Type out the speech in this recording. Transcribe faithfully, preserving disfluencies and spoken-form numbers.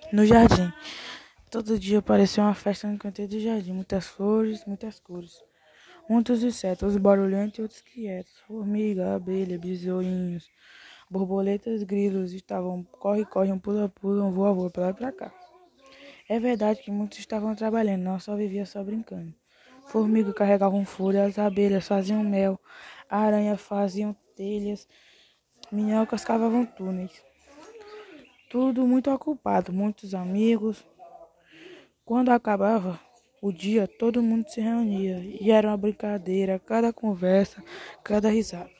No jardim. Todo dia parecia uma festa no canteiro do jardim. Muitas flores, muitas cores. Muitos insetos, uns barulhentos e outros quietos. Formiga, abelha, besourinhos, borboletas, grilos estavam corre-corre, um pula-pula, um voa-voa pra lá e pra cá. É verdade que muitos estavam trabalhando, não só vivia só brincando. Formiga carregavam folhas, as abelhas faziam mel, a aranha faziam telhas, minhocas cavavam túneis. Tudo muito ocupado, muitos amigos. Quando acabava o dia, todo mundo se reunia e era uma brincadeira, cada conversa, cada risada.